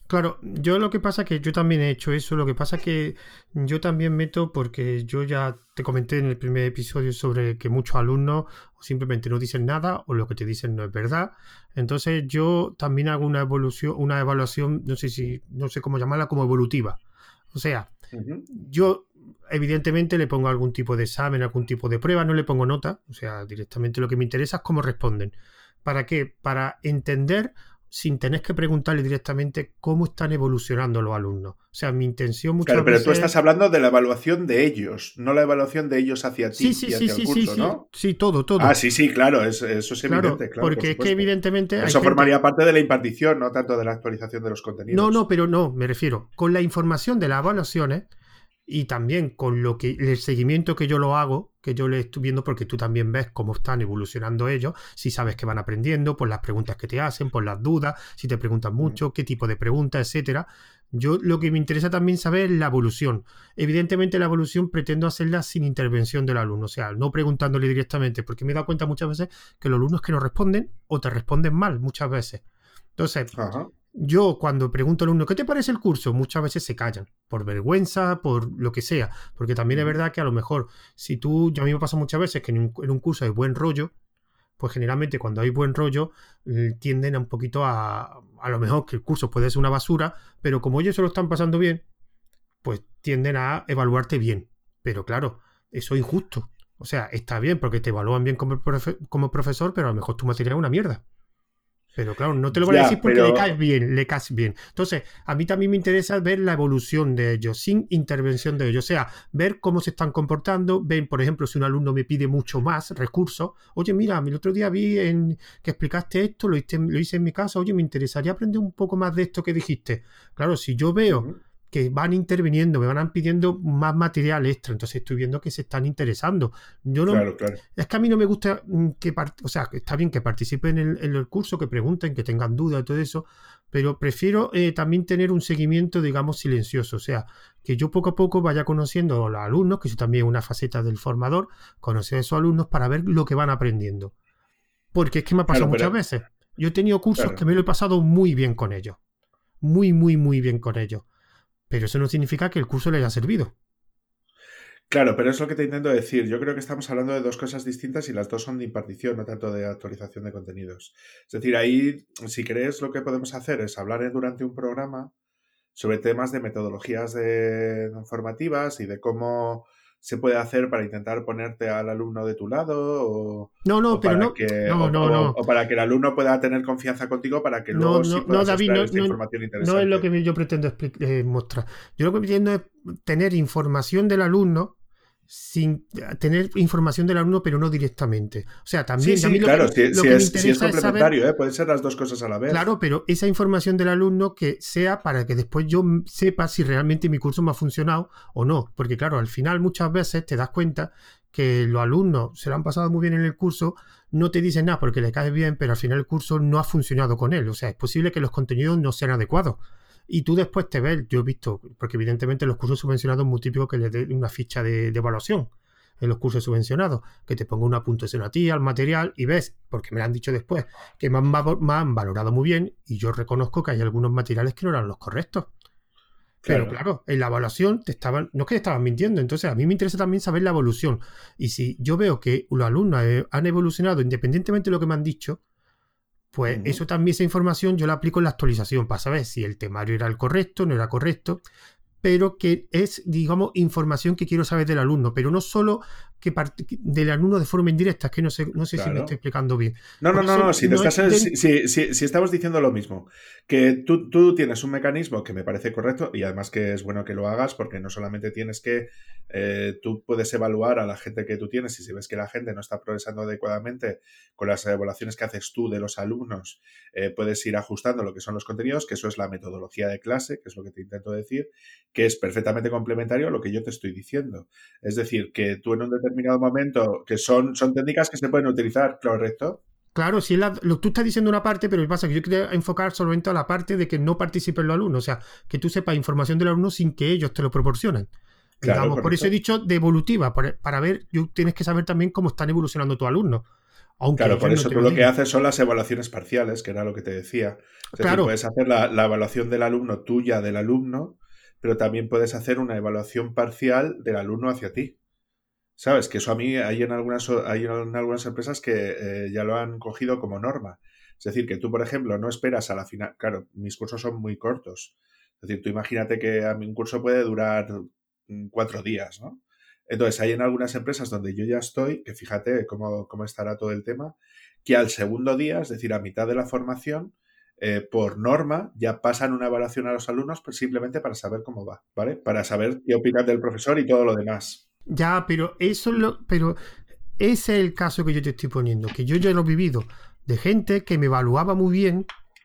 Claro, yo lo que pasa es que yo también he hecho eso, lo que pasa es que yo también meto porque yo ya te comenté en el primer episodio sobre que muchos alumnos simplemente no dicen nada o lo que te dicen no es verdad. Entonces yo también hago una evolución, una evaluación, no sé si, no sé cómo llamarla, como evolutiva. O sea, Uh-huh. yo evidentemente le pongo algún tipo de examen, algún tipo de prueba, no le pongo nota, o sea, directamente lo que me interesa es cómo responden. ¿Para qué? Para entender, sin tener que preguntarle directamente cómo están evolucionando los alumnos. O sea, mi intención Claro, muchas pero tú veces... estás hablando de la evaluación de ellos, no la evaluación de ellos hacia Sí, ti sí, y sí, hacia el sí, sí, curso, sí, ¿no? sí, todo, Ah, todo. sí, sí, claro, es- eso es Claro, evidente, claro, por porque es que supuesto. evidentemente hay Eso gente... formaría parte de la impartición, no tanto de la actualización de los No, no, contenidos. pero no, me refiero, con la información de las evaluaciones y también con lo que el seguimiento que yo lo hago, que yo le estoy viendo, porque tú también ves cómo están evolucionando ellos, si sabes que van aprendiendo, por las preguntas que te hacen, por las dudas, si te preguntan Mm. mucho, qué tipo de preguntas, etcétera. Yo lo que me interesa también saber es la evolución. Evidentemente la evolución pretendo hacerla sin intervención del alumno, o sea, no preguntándole directamente, porque me he dado cuenta muchas veces que los alumnos que no responden o te responden mal muchas veces. Entonces, Ajá. yo cuando pregunto al alumno, ¿qué te parece el curso? Muchas veces se callan, por vergüenza, por lo que sea, porque también es Ujú. verdad que a lo mejor, si tú, yo a mí me pasa muchas veces que en un, en un curso hay buen rollo, pues generalmente cuando hay buen rollo eh, tienden a un poquito a, a lo mejor que el curso puede ser una basura, pero como ellos se lo están pasando bien, pues tienden a evaluarte bien. Pero claro, eso es injusto. O sea, está bien porque te evalúan bien como, profe, como profesor, pero a lo mejor tu material es una mierda. Pero claro, no te lo van a decir Ya, porque le caes pero bien, le caes bien. Entonces, a mí también me interesa ver la evolución de ellos, sin intervención de ellos. O sea, ver cómo se están comportando. Ven, por ejemplo, si un alumno me pide mucho más recursos. Oye, mira, el otro día vi en que explicaste esto, lo hice, lo hice en mi casa. Oye, me interesaría aprender un poco más de esto que dijiste. Claro, si yo veo ujú, que van interviniendo, me van pidiendo más material extra, entonces estoy viendo que se están interesando. Yo no, claro, claro. es que a mí no me gusta que, o sea, está bien que participen en el, en el curso, que pregunten, que tengan dudas y todo eso, pero prefiero eh, también tener un seguimiento, digamos, silencioso, o sea, que yo poco a poco vaya conociendo a los alumnos, que eso también es una faceta del formador, conocer a esos alumnos para ver lo que van aprendiendo. Porque es que me ha pasado Claro, muchas pero, veces. Yo he tenido cursos que claro. me lo he pasado muy bien con ellos, muy, muy, muy bien con ellos, pero eso no significa que el curso le haya servido. Claro, pero es lo que te intento decir. Yo creo que estamos hablando de dos cosas distintas y las dos son de impartición, no tanto de actualización de contenidos. Es decir, ahí, si querés, lo que podemos hacer es hablar durante un programa sobre temas de metodologías de formativas y de cómo se puede hacer para intentar ponerte al alumno de tu lado o, No, no, o pero para no, que o, no, no, o- no. o para que el alumno pueda tener confianza contigo para que No, luego sí no, no, puedas David, extraer no, esta no, información no es lo interesante. que yo pretendo expli- eh, mostrar. Yo lo que pretendo es tener información del alumno sin tener información del alumno, pero no directamente. O sea, Sí, también, a mí sí, lo que, claro, si, lo si que me es, si es interesa es saber, complementario, ¿eh? Pueden ser las dos cosas a la vez. claro, pero esa información del alumno que sea para que después yo sepa si realmente mi curso me ha funcionado o no. Porque claro, al final muchas veces te das cuenta que los alumnos se lo han pasado muy bien en el curso, no te dicen nada porque le caes bien, pero al final el curso no ha funcionado con él. O sea, es posible que los contenidos no sean adecuados. Y tú después te ves, yo he visto, porque evidentemente los cursos subvencionados es muy típico que le den una ficha de, de evaluación en los cursos subvencionados, que te ponga una puntuación a ti, al material, y ves, porque me lo han dicho después, que me han, me han valorado muy bien, y yo reconozco que hay algunos materiales que no eran los correctos. Pero Claro. claro, en la evaluación te estaban, no es que te estaban mintiendo, entonces a mí me interesa también saber la evolución. Y si yo veo que los alumnos han evolucionado independientemente de lo que me han dicho, pues Ujú. eso también, esa información yo la aplico en la actualización para saber si el temario era el correcto, no era correcto, pero que es, digamos, información que quiero saber del alumno, pero no solo que del alumno de forma indirecta, es que no sé, no sé si me estoy Claro. explicando bien. No, no, Por no, eso no, si te no es estás, de, si, si, si, si estamos diciendo lo mismo, que tú, tú tienes un mecanismo que me parece correcto y además que es bueno que lo hagas porque no solamente tienes que, eh, tú puedes evaluar a la gente que tú tienes y si ves que la gente no está progresando adecuadamente con las evaluaciones que haces tú de los alumnos, eh, puedes ir ajustando lo que son los contenidos, que eso es la metodología de clase, que es lo que te intento decir, que es perfectamente complementario a lo que yo te estoy diciendo. Es decir, que tú en un determinado momento, que son, son técnicas que se pueden utilizar, ¿correcto? claro, si la, lo, tú estás diciendo una parte, pero pasa que yo quería enfocar solamente a la parte de que no participen los alumnos, o sea, que tú sepas información del alumno sin que ellos te lo proporcionen. Claro, Digamos, por eso he correcto. dicho de evolutiva, para, para ver, tú tienes que saber también cómo están evolucionando tus alumnos. Aunque claro, por ellos no eso te tú lo lo que digan. haces son las evaluaciones parciales, que era lo que te decía. Es decir, Claro, puedes hacer la, la evaluación del alumno tuya del alumno, pero también puedes hacer una evaluación parcial del alumno hacia ti. ¿Sabes? Que eso a mí hay en algunas, hay en algunas empresas que eh, ya lo han cogido como norma. Es decir, que tú, por ejemplo, no esperas a la final. Claro, mis cursos son muy cortos. Es decir, tú imagínate que a mí un curso puede durar mm, cuatro días, ¿no? Entonces, hay en algunas empresas donde yo ya estoy, que fíjate cómo, cómo estará todo el tema, que al segundo día, es decir, a mitad de la formación, eh, por norma, ya pasan una evaluación a los alumnos pues, simplemente para saber cómo va, ¿vale? Para saber qué opinan del profesor y todo lo demás. ya, pero eso es lo, pero ese es el caso que yo te estoy poniendo, que yo ya lo he vivido, de gente que me evaluaba muy bien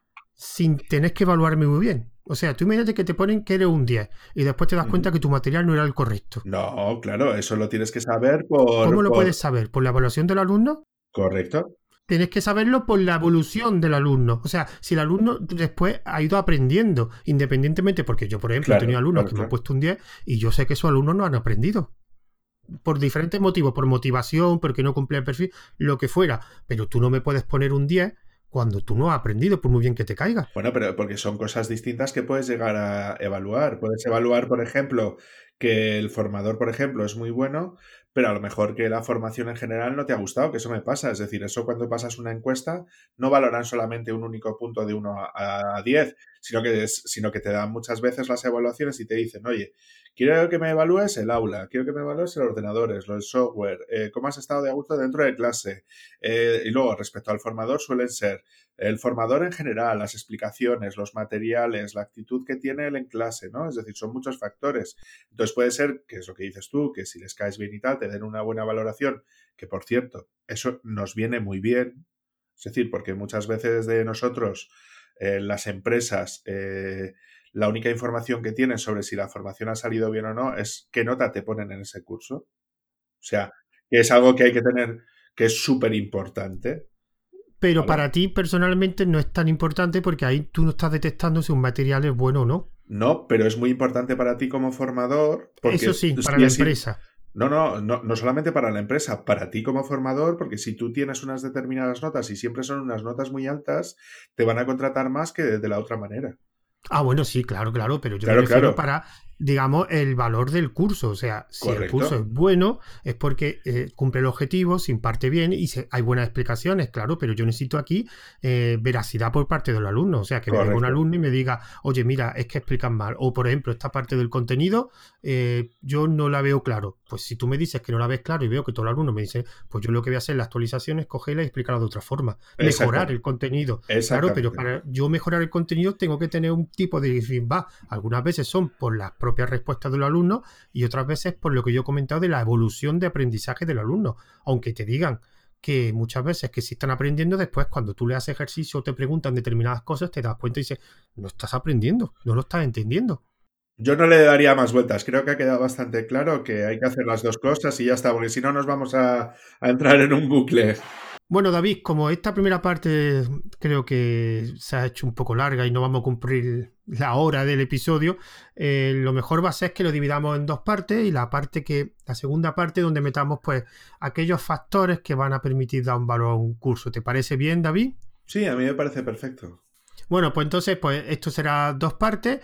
sin tener que evaluarme muy bien. O sea, tú imagínate que te ponen que eres un diez y después te das cuenta Ujú. que tu material no era el correcto. No, claro, eso lo tienes que saber por, ¿Cómo lo puedes por... saber? ¿Por la evaluación del alumno? Correcto. Tienes que saberlo por la evolución del alumno. O sea, si el alumno después ha ido aprendiendo, independientemente, porque yo, por ejemplo, he tenido Claro, alumnos claro, que me han claro. puesto un diez y yo sé que esos alumnos no han aprendido. Por diferentes motivos, por motivación, porque no cumple el perfil, lo que fuera. Pero tú no me puedes poner un diez cuando tú no has aprendido, por muy bien que te caiga. Bueno, pero porque son cosas distintas que puedes llegar a evaluar. Puedes evaluar, por ejemplo, que el formador, por ejemplo, es muy bueno, pero a lo mejor que la formación en general no te ha gustado, que eso me pasa. Es decir, eso cuando pasas una encuesta no valoran solamente un único punto de uno a a diez, sino que, es- sino que te dan muchas veces las evaluaciones y te dicen, oye, quiero que me evalúes el aula, quiero que me evalúes el ordenador, el software, eh, cómo has estado de a gusto dentro de clase. Eh, y luego, respecto al formador, suelen ser el formador en general, las explicaciones, los materiales, la actitud que tiene él en clase, ¿no? Es decir, son muchos factores. Entonces puede ser, que es lo que dices tú, que si les caes bien y tal, te den una buena valoración, que por cierto, eso nos viene muy bien. Es decir, porque muchas veces de nosotros, eh, las empresas, eh, la única información que tienen sobre si la formación ha salido bien o no es qué nota te ponen en ese curso. O sea, que es algo que hay que tener, que es súper importante, Pero ¿vale? para ti personalmente no es tan importante porque ahí tú no estás detectando si un material es bueno o no. No, pero es muy importante para ti como formador Eso porque sí, para si la es... in- empresa. No, no, no, no solamente para la empresa, para ti como formador, porque si tú tienes unas determinadas notas y siempre son unas notas muy altas, te van a contratar más que de, de la otra manera. Ah, bueno, sí, claro, claro, pero yo me Claro, refiero claro, para, digamos, el valor del curso. O sea, si el curso es correcto. bueno, es porque eh, cumple el objetivo, se imparte bien y se, hay buenas explicaciones, claro, pero yo necesito aquí eh, veracidad por parte del alumno. O sea, que me venga un Correcto. alumno y me diga, oye, mira, es que explican mal. O, por ejemplo, esta parte del contenido eh, yo no la veo claro. Pues si tú me dices que no la ves claro y veo que todo el alumno me dice, pues yo lo que voy a hacer en la actualización es cogerla y explicarla de otra forma. Mejorar Exactamente. el contenido. Claro, pero Exactamente. para yo mejorar el contenido tengo que tener un tipo de feedback. Algunas veces son por las propias respuestas de los alumnos y otras veces por lo que yo he comentado de la evolución de aprendizaje del alumno. Aunque te digan que muchas veces que si están aprendiendo, después cuando tú le haces ejercicio o te preguntan determinadas cosas, te das cuenta y dices, no estás aprendiendo, no lo estás entendiendo. Yo no le daría más vueltas. Creo que ha quedado bastante claro que hay que hacer las dos cosas y ya está, porque si no nos vamos a, a entrar en un bucle. Bueno, David, como esta primera parte creo que se ha hecho un poco larga y no vamos a cumplir la hora del episodio, eh, lo mejor va a ser que lo dividamos en dos partes y la parte que, la segunda parte donde metamos pues aquellos factores que van a permitir dar un valor a un curso. ¿Te parece bien, David? Sí, a mí me parece perfecto. Bueno, pues entonces pues esto será dos partes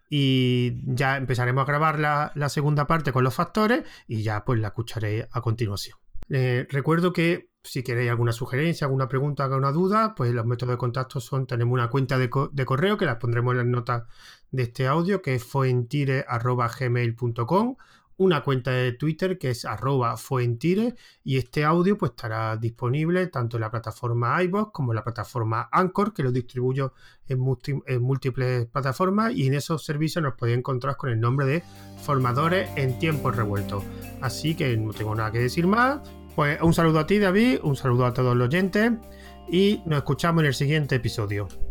y ya empezaremos a grabar la, la segunda parte con los factores y ya pues la escucharé a continuación. Eh, recuerdo que si queréis alguna sugerencia, alguna pregunta, alguna duda, pues los métodos de contacto son, tenemos una cuenta de, co de correo que las pondremos en las notas de este audio, que es foentire arroba gmail punto com, una cuenta de Twitter que es arroba foentire, y este audio pues estará disponible tanto en la plataforma iVoox como en la plataforma Anchor, que lo distribuyo en, multi en múltiples plataformas, y en esos servicios nos podéis encontrar con el nombre de Formadores en Tiempos Revueltos. Así que no tengo nada que decir más. Pues un saludo a ti, David, un saludo a todos los oyentes y nos escuchamos en el siguiente episodio.